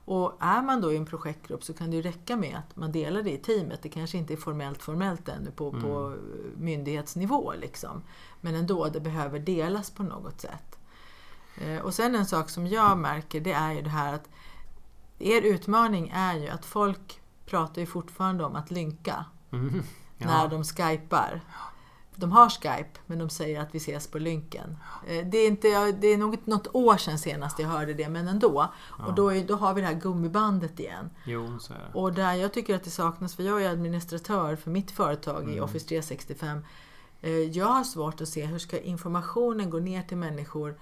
Speaker 2: Och är man då i en projektgrupp så kan det ju räcka med att man delar det i teamet. Det kanske inte är formellt ännu på myndighetsnivå liksom. Men ändå, det behöver delas på något sätt. Och sen en sak som jag märker, det är ju det här att er utmaning är ju att folk pratar ju fortfarande om att lynka när de skypar. De har Skype, men de säger att vi ses på lynken. Det är nog något år sedan senast jag hörde det, men ändå. Ja. Och då har vi det här gummibandet igen.
Speaker 3: Jo, så är det.
Speaker 2: Och där jag tycker att det saknas, för jag är administratör för mitt företag i Office 365. Jag har svårt att se hur ska informationen gå ner till människor,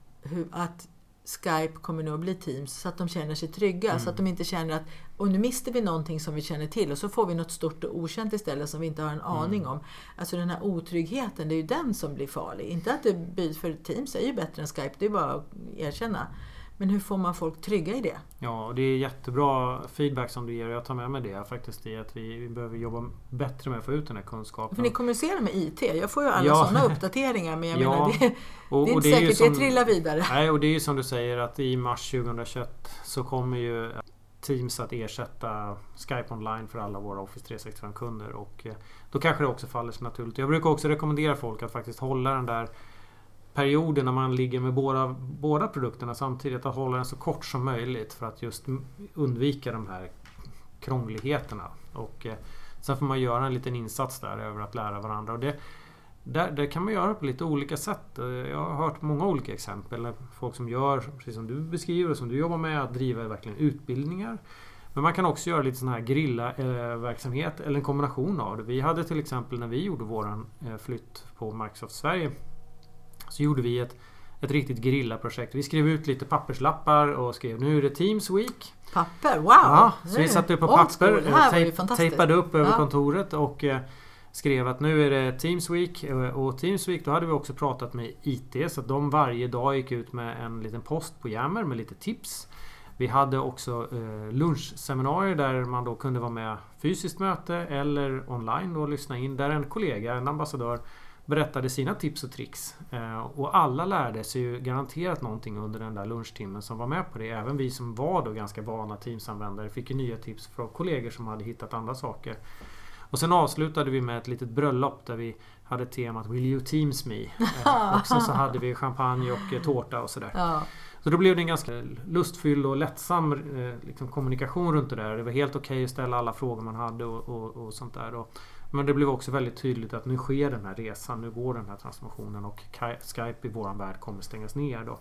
Speaker 2: att Skype kommer nu att bli Teams, så att de känner sig trygga, så att de inte känner att och nu mister vi någonting som vi känner till och så får vi något stort och okänt istället som vi inte har en aning om. Alltså den här otryggheten, det är ju den som blir farlig. Inte att det blir, för Teams är ju bättre än Skype, det är bara att erkänna. Men hur får man folk trygga i det? Ja,
Speaker 3: det är jättebra feedback som du ger och jag tar med mig det faktiskt i att vi behöver jobba bättre med att få ut den här kunskapen.
Speaker 2: För ni kommunicerar med IT, jag får ju alla sådana uppdateringar, men jag menar det är inte säkert det trillar vidare.
Speaker 3: Nej, och det är ju som du säger att i mars 2021 så kommer ju Teams att ersätta Skype online för alla våra Office 365-kunder och då kanske det också faller sig naturligt. Jag brukar också rekommendera folk att faktiskt hålla den där perioden när man ligger med båda produkterna samtidigt, att hålla den så kort som möjligt för att just undvika de här krångligheterna. Och sen får man göra en liten insats där över att lära varandra. Och det kan man göra på lite olika sätt. Jag har hört många olika exempel. Folk som gör, precis som du beskriver och som du jobbar med, att driva verkligen utbildningar. Men man kan också göra lite sån här grilla-verksamhet eller en kombination av det. Vi hade till exempel när vi gjorde våran flytt på Microsoft Sverige, så gjorde vi ett riktigt grilla-projekt. Vi skrev ut lite papperslappar och skrev nu är det Teams Week.
Speaker 2: Papper, wow!
Speaker 3: Ja, så vi satte upp på papper, tejpade upp över kontoret och skrev att nu är det Teams Week. Och Teams Week, då hade vi också pratat med IT så att de varje dag gick ut med en liten post på Yammer med lite tips. Vi hade också lunchseminarier där man då kunde vara med fysiskt möte eller online och lyssna in. Där en kollega, en ambassadör, berättade sina tips och tricks. Och alla lärde sig ju garanterat någonting under den där lunchtimmen som var med på det. Även vi som var då ganska vana Teams-användare fick ju nya tips från kollegor som hade hittat andra saker. Och sen avslutade vi med ett litet bröllop där vi hade temat Will you Teams me? Och så hade vi champagne och tårta och sådär. Ja. Så då blev det en ganska lustfylld och lättsam kommunikation runt det där. Det var helt okej att ställa alla frågor man hade och sånt där. Men det blev också väldigt tydligt att nu sker den här resan, nu går den här transformationen och Skype i våran värld kommer stängas ner då.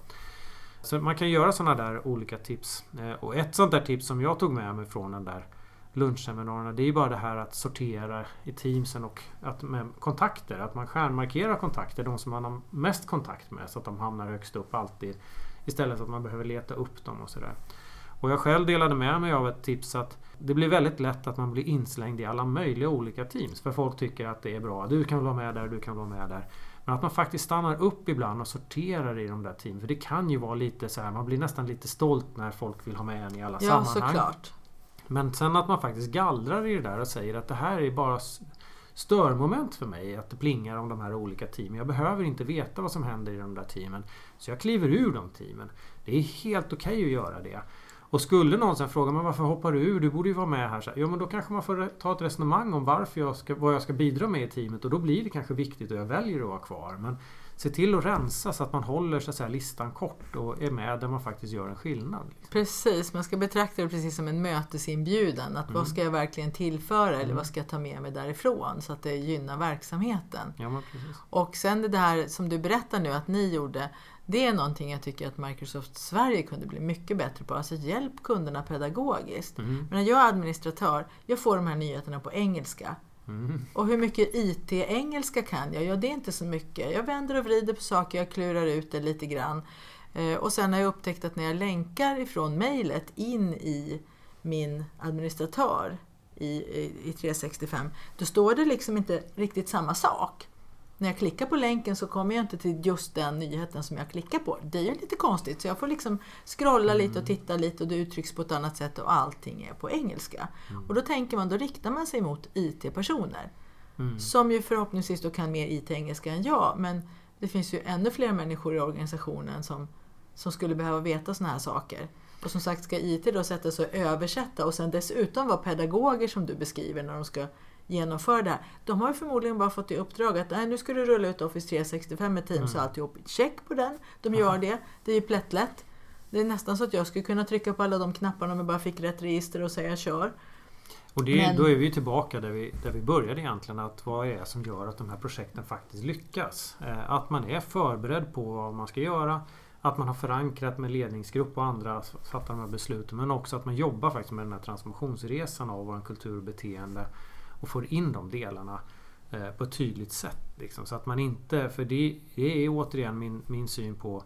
Speaker 3: Så man kan göra sådana där olika tips. Och ett sånt där tips som jag tog med mig från den där lunchseminarierna, det är ju bara det här att sortera i Teamsen och att med kontakter, att man stjärnmarkerar kontakter, de som man har mest kontakt med så att de hamnar högst upp alltid, istället för att man behöver leta upp dem och sådär. Och jag själv delade med mig av ett tips att det blir väldigt lätt att man blir inslängd i alla möjliga olika teams. För folk tycker att det är bra. Du kan vara med där, du kan vara med där. Men att man faktiskt stannar upp ibland och sorterar i de där team. För det kan ju vara lite så här, man blir nästan lite stolt när folk vill ha med en i alla sammanhang.
Speaker 2: Såklart.
Speaker 3: Men sen att man faktiskt gallrar i det där och säger att det här är bara störmoment för mig, att det plingar om de här olika teamen. Jag behöver inte veta vad som händer i de där teamen. Så jag kliver ur de teamen. Det är helt okej att göra det. Och skulle någon sen fråga, men varför hoppar du ur? Du borde ju vara med här. Ja, men då kanske man får ta ett resonemang om vad jag ska bidra med i teamet. Och då blir det kanske viktigt och jag väljer att vara kvar. Men se till att rensa så att man håller så att säga, listan kort och är med där man faktiskt gör en skillnad.
Speaker 2: Precis, man ska betrakta det precis som en mötesinbjudan. Att vad ska jag verkligen tillföra eller vad ska jag ta med mig därifrån så att det gynnar verksamheten.
Speaker 3: Ja, men precis.
Speaker 2: Och sen det här som du berättar nu att ni gjorde, det är någonting jag tycker att Microsoft Sverige kunde bli mycket bättre på. Alltså hjälp kunderna pedagogiskt. Men när jag är administratör, jag får de här nyheterna på engelska. Och hur mycket IT-engelska kan jag? Ja, det är inte så mycket. Jag vänder och vrider på saker, jag klurar ut det lite grann. Och sen har jag upptäckt att när jag länkar ifrån mejlet in i min administratör i 365, då står det liksom inte riktigt samma sak. När jag klickar på länken så kommer jag inte till just den nyheten som jag klickar på. Det är ju lite konstigt, så jag får liksom scrolla lite och titta lite och det uttrycks på ett annat sätt och allting är på engelska. Och då tänker man, då riktar man sig mot IT-personer som ju förhoppningsvis då kan mer IT-engelska än jag, men det finns ju ännu fler människor i organisationen som skulle behöva veta såna här saker. Och som sagt ska IT då sätta sig och översätta och sen dessutom vara pedagoger som du beskriver när de ska genomföra det här. De har ju förmodligen bara fått i uppdrag att nu ska du rulla ut Office 365 med Teams och alltihop. Check på den. De gör det. Det är ju plättlätt. Det är nästan så att jag skulle kunna trycka på alla de knapparna om jag bara fick rätt register och säga kör.
Speaker 3: Och då är vi tillbaka där vi började egentligen. Att vad är det som gör att de här projekten faktiskt lyckas? Att man är förberedd på vad man ska göra. Att man har förankrat med ledningsgrupp och andra att fatta de här besluten. Men också att man jobbar faktiskt med den här transformationsresan av vår kultur och beteende. Och får in de delarna på ett tydligt sätt. Liksom. Så att man inte, för det är återigen min syn på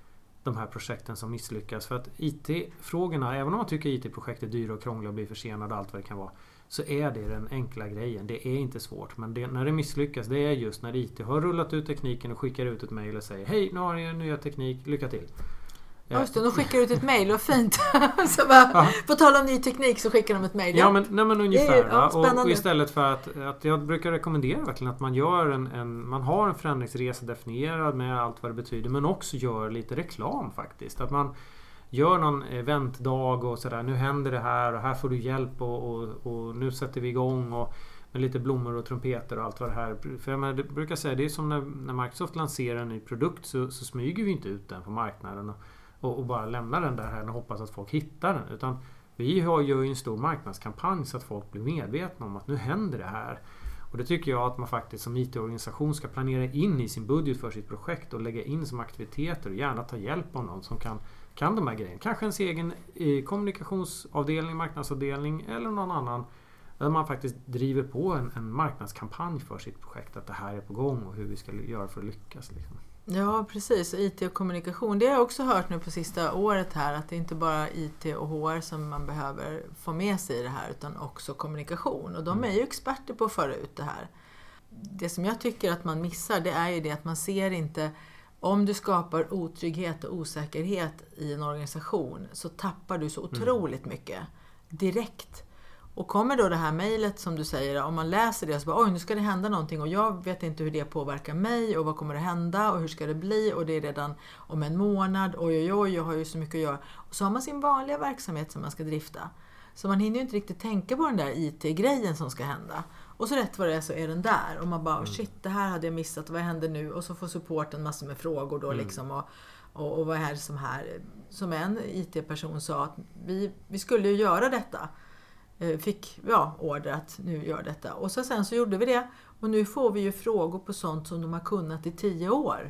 Speaker 3: de här projekten som misslyckas. För att IT-frågorna, även om man tycker IT-projekt är dyra och krångliga och blir försenade och allt vad det kan vara, så är det den enkla grejen. Det är inte svårt. Men när det misslyckas, det är just när IT har rullat ut tekniken och skickar ut ett mejl och säger hej, nu har ni en nya teknik, lycka till.
Speaker 2: Just det, de skickar ut ett mejl, vad fint. Så bara, på tal om ny teknik så skickar de ett mejl.
Speaker 3: Ja, men ungefär.
Speaker 2: Ja,
Speaker 3: och istället för att jag brukar rekommendera verkligen att man gör man har en förändringsresa definierad med allt vad det betyder, men också gör lite reklam faktiskt. Att man gör någon eventdag och sådär, nu händer det här och här får du hjälp och nu sätter vi igång och med lite blommor och trumpeter och allt vad det här. För jag brukar säga, det är som när Microsoft lanserar en ny produkt så smyger vi inte ut den på marknaden och bara lämnar den där här och hoppas att folk hittar den. Utan vi gör ju en stor marknadskampanj så att folk blir medvetna om att nu händer det här. Och det tycker jag att man faktiskt som IT-organisation ska planera in i sin budget för sitt projekt och lägga in som aktiviteter och gärna ta hjälp av någon som kan de här grejerna. Kanske ens egen kommunikationsavdelning, marknadsavdelning eller någon annan. Där man faktiskt driver på en marknadskampanj för sitt projekt. Att det här är på gång och hur vi ska göra för att lyckas. Liksom.
Speaker 2: Ja, precis. IT och kommunikation. Det har jag också hört nu på sista året här. Att det inte bara IT och HR som man behöver få med sig i det här. Utan också kommunikation. Och de är ju experter på att föra ut det här. Det som jag tycker att man missar, det är ju det att man ser inte. Om du skapar otrygghet och osäkerhet i en organisation så tappar du så otroligt mycket direkt. Och kommer då det här mejlet som du säger, om man läser det så bara, oj nu ska det hända någonting och jag vet inte hur det påverkar mig och vad kommer det hända och hur ska det bli och det är redan om en månad, oj jag har ju så mycket att göra. Och så har man sin vanliga verksamhet som man ska drifta. Så man hinner ju inte riktigt tänka på den där IT-grejen som ska hända. Och så rätt vad det är så är den där. Och man bara, shit det här hade jag missat, vad händer nu? Och så får supporten massor med frågor då liksom. Och vad är det som en IT-person sa att vi skulle ju göra detta. Fick order att nu gör detta. Och sen så gjorde vi det. Och nu får vi ju frågor på sånt som de har kunnat i 10 år.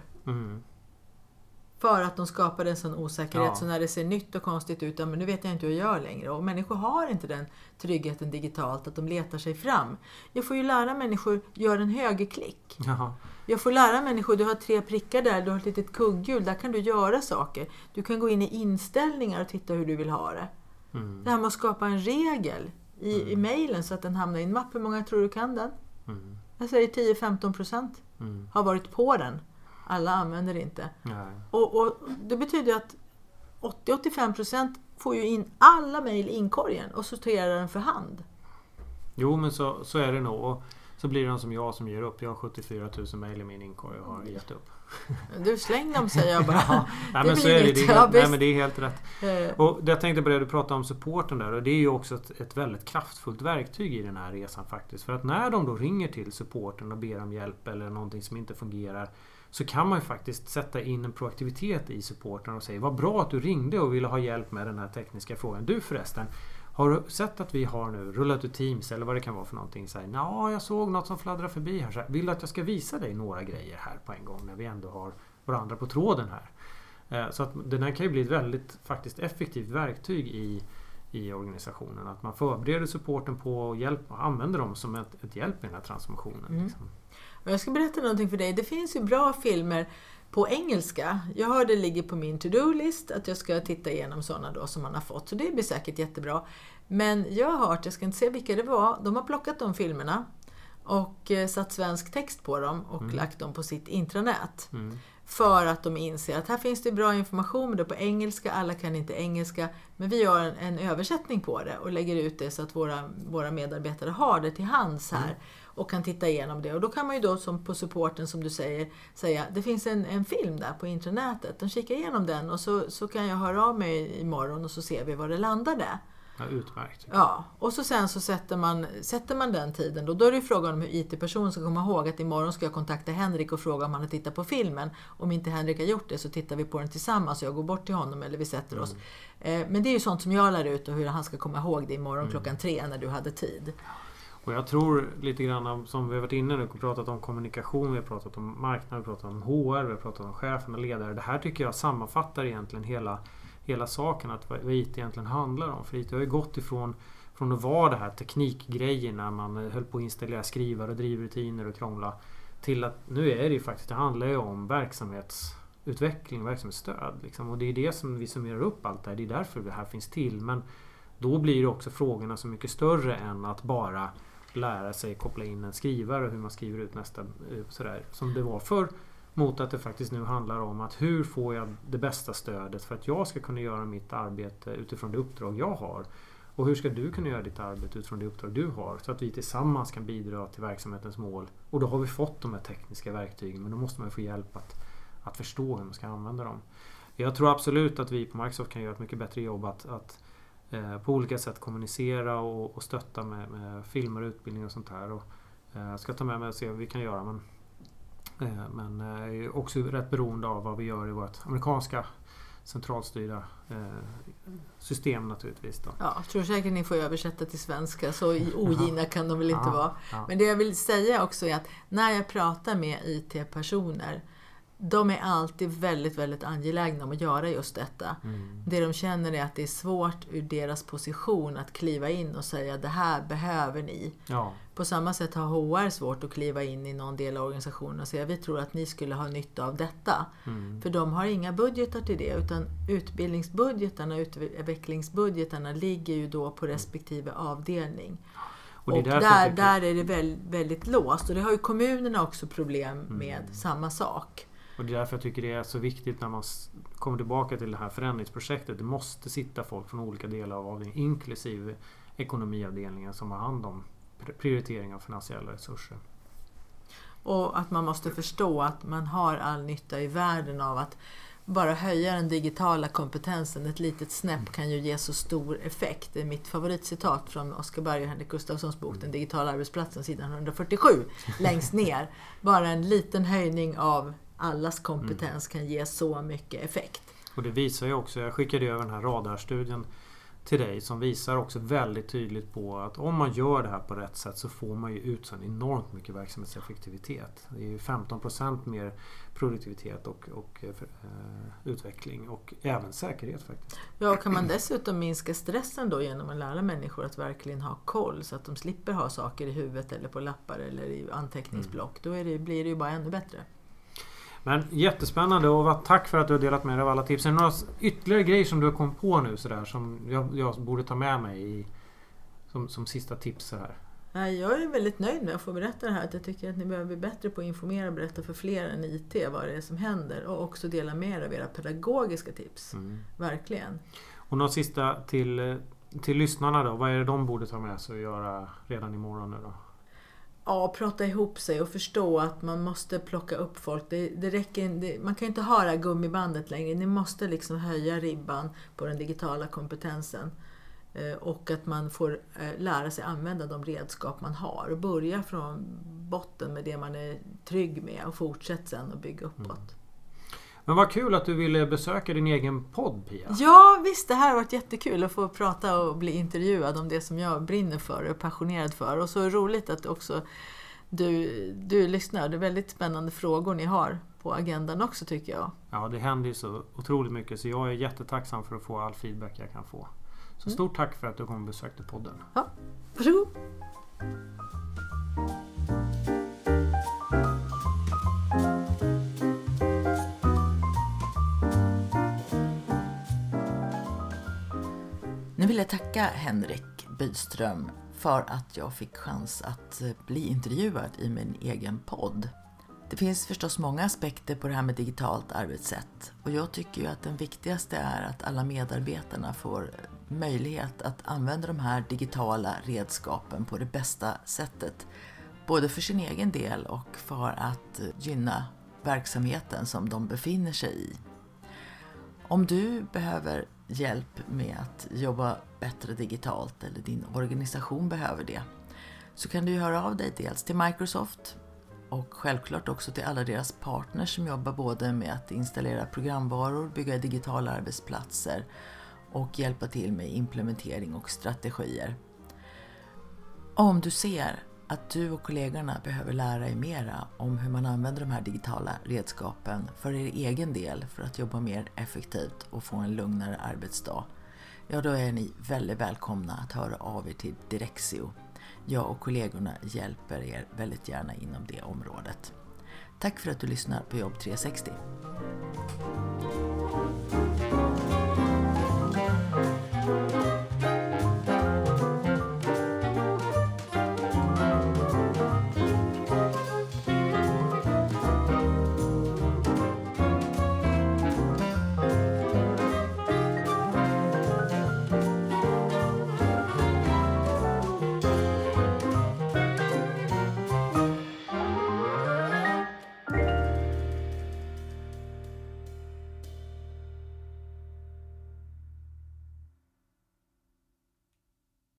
Speaker 2: För att de skapade en sån osäkerhet. Ja. Så när det ser nytt och konstigt ut, men nu vet jag inte hur jag gör längre. Och människor har inte den tryggheten digitalt att de letar sig fram. Jag får ju lära människor, gör en högerklick.
Speaker 3: Jaha.
Speaker 2: Jag får lära människor, du har 3 prickar där, du har ett litet kugghjul, där kan du göra saker. Du kan gå in i inställningar och titta hur du vill ha det. Det här med att skapa en regel i mejlen så att den hamnar i en mapp. Hur många tror du kan den? Jag säger 10-15% har varit på den. Alla använder det inte. Och det betyder att 80-85% får ju in alla mejl i inkorgen och sorterar den för hand. Jo, men så är det nog. Och så blir det som jag som ger upp. Jag har 74 000 mejl i min inkorg och har gett upp. Du släng dem, säger jag bara.
Speaker 3: Nej, men så är det. Nej, men det är helt rätt. Och jag tänkte på det du pratade om supporten där. Och det är ju också ett väldigt kraftfullt verktyg i den här resan faktiskt. För att när de då ringer till supporten och ber om hjälp eller någonting som inte fungerar, så kan man ju faktiskt sätta in en proaktivitet i supporten och säga, vad bra att du ringde och ville ha hjälp med den här tekniska frågan. Du förresten, har du sett att vi har nu rullat ut Teams eller vad det kan vara för någonting? Jag såg något som fladdrar förbi här. Så här, vill du att jag ska visa dig några grejer här på en gång när vi ändå har varandra på tråden här? Så att den här kan ju bli ett väldigt faktiskt effektivt verktyg i organisationen. Att man förbereder supporten på hjälp och använder dem som ett hjälp i den här transformationen. Liksom.
Speaker 2: Och jag ska berätta någonting för dig. Det finns ju bra filmer på engelska. Jag har det ligger på min to-do-list att jag ska titta igenom sådana då som man har fått. Så det blir säkert jättebra. Men jag har hört, jag ska inte säga vilka det var, de har plockat de filmerna och satt svensk text på dem och lagt dem på sitt intranät. För att de inser att här finns det bra information, men det är på engelska, alla kan inte engelska. Men vi gör en översättning på det och lägger ut det så att våra medarbetare har det till hands här. och kan titta igenom det. Och då kan man ju då som på supporten som du säga det finns en film där på internetet. De kikar igenom den och så kan jag höra av mig imorgon och så ser vi var det landade.
Speaker 3: Ja, utmärkt.
Speaker 2: Ja, och så sen så sätter man den tiden. Då är det ju frågan om hur IT-personen ska komma ihåg att imorgon ska jag kontakta Henrik och fråga om han har tittat på filmen. Om inte Henrik har gjort det så tittar vi på den tillsammans och jag går bort till honom eller vi sätter oss. Men det är ju sånt som jag lär ut och hur han ska komma ihåg det imorgon 3:00 när du hade tid.
Speaker 3: Och jag tror lite grann som vi har varit inne nu och pratat om kommunikation, vi har pratat om marknad, vi har pratat om HR, vi har pratat om cheferna, ledare. Det här tycker jag sammanfattar egentligen hela saken, att vad IT egentligen handlar om. För IT har ju gått ifrån att vara det här teknikgrejen när man höll på att installera skrivare och drivrutiner och krångla till att nu är det ju faktiskt, det handlar ju om verksamhetsutveckling, verksamhetsstöd. Liksom. Och det är det som vi summerar upp allt det här. Det är därför det här finns till. Men då blir det också frågorna så mycket större än att bara lära sig koppla in en skrivare och hur man skriver ut nästa sådär som det var förr. Mot att det faktiskt nu handlar om att hur får jag det bästa stödet för att jag ska kunna göra mitt arbete utifrån det uppdrag jag har. Och hur ska du kunna göra ditt arbete utifrån det uppdrag du har. Så att vi tillsammans kan bidra till verksamhetens mål. Och då har vi fått de här tekniska verktygen. Men då måste man få hjälp att förstå hur man ska använda dem. Jag tror absolut att vi på Microsoft kan göra ett mycket bättre jobb att på olika sätt kommunicera och stötta med filmer och utbildning och sånt här. Och jag ska ta med mig och se vad vi kan göra. Men jag är också rätt beroende av vad vi gör i vårt amerikanska centralstyrda system naturligtvis. Då.
Speaker 2: Ja, jag tror säkert ni får översätta till svenska, så ogina kan de väl inte vara. Ja. Men det jag vill säga också är att när jag pratar med IT-personer, de är alltid väldigt, väldigt angelägna om att göra just detta. Det de känner är att det är svårt ur deras position att kliva in och säga det här behöver ni. Ja. På samma sätt har HR svårt att kliva in i någon del av organisationen och säga vi tror att ni skulle ha nytta av detta. För de har inga budgetar till det, utan utbildningsbudgetarna, utvecklingsbudgetarna ligger ju då på respektive avdelning. Och där är det väldigt låst. Och det har ju kommunerna också problem med samma sak.
Speaker 3: Och det är därför jag tycker det är så viktigt när man kommer tillbaka till det här förändringsprojektet. Det måste sitta folk från olika delar av avdelningen, inklusive ekonomiavdelningen som har hand om prioritering av finansiella resurser.
Speaker 2: Och att man måste förstå att man har all nytta i världen av att bara höja den digitala kompetensen ett litet snäpp kan ju ge så stor effekt. Det är mitt favoritcitat från Oskar Berg och Henrik Gustafssons bok Den digitala arbetsplatsen, sidan 147, längst ner. Bara en liten höjning av allas kompetens kan ge så mycket effekt. Och
Speaker 3: det visar ju också, jag skickade över den här radarstudien till dig som visar också väldigt tydligt på att om man gör det här på rätt sätt så får man ju ut så enormt mycket verksamhetseffektivitet. Det är ju 15% mer produktivitet och utveckling och även säkerhet faktiskt.
Speaker 2: Ja, kan man dessutom minska stressen då genom att lära människor att verkligen ha koll så att de slipper ha saker i huvudet eller på lappar eller i anteckningsblock, då blir det ju bara ännu bättre.
Speaker 3: Men jättespännande och tack för att du har delat med dig av alla tips. Är det några ytterligare grejer som du har kommit på nu sådär, som jag borde ta med mig som sista tips så här?
Speaker 2: Jag är väldigt nöjd med att få berätta det här. Att jag tycker att ni behöver bli bättre på att informera och berätta för fler än IT vad det är som händer. Och också dela med er av era pedagogiska tips. Verkligen.
Speaker 3: Och något sista till lyssnarna då. Vad är det de borde ta med sig och göra redan imorgon nu då?
Speaker 2: Ja, prata ihop sig och förstå att man måste plocka upp folk. Det räcker, man kan inte ha det här gummibandet längre. Ni måste liksom höja ribban på den digitala kompetensen. Och att man får lära sig använda de redskap man har. Och börja från botten med det man är trygg med och fortsätt sen och bygga uppåt.
Speaker 3: Men vad kul att du ville besöka din egen podd, Pia.
Speaker 2: Ja, visst. Det här har varit jättekul att få prata och bli intervjuad om det som jag brinner för och är passionerad för. Och så roligt att också du lyssnar. Det är väldigt spännande frågor ni har på agendan också, tycker jag.
Speaker 3: Ja, det händer ju så otroligt mycket. Så jag är jättetacksam för att få all feedback jag kan få. Så stort tack för att du kom och besökte podden.
Speaker 2: Ja, varsågod. Nu vill jag tacka Henrik Byström för att jag fick chans att bli intervjuad i min egen podd. Det finns förstås många aspekter på det här med digitalt arbetssätt och jag tycker ju att den viktigaste är att alla medarbetarna får möjlighet att använda de här digitala redskapen på det bästa sättet både för sin egen del och för att gynna verksamheten som de befinner sig i. Om du behöver hjälp med att jobba bättre digitalt eller din organisation behöver det, så kan du höra av dig dels till Microsoft och självklart också till alla deras partners som jobbar både med att installera programvaror, bygga digitala arbetsplatser och hjälpa till med implementering och strategier. Om du ser att du och kollegorna behöver lära er mera om hur man använder de här digitala redskapen för er egen del för att jobba mer effektivt och få en lugnare arbetsdag, ja då är ni väldigt välkomna att höra av er till Direxio. Jag och kollegorna hjälper er väldigt gärna inom det området. Tack för att du lyssnar på Jobb 360.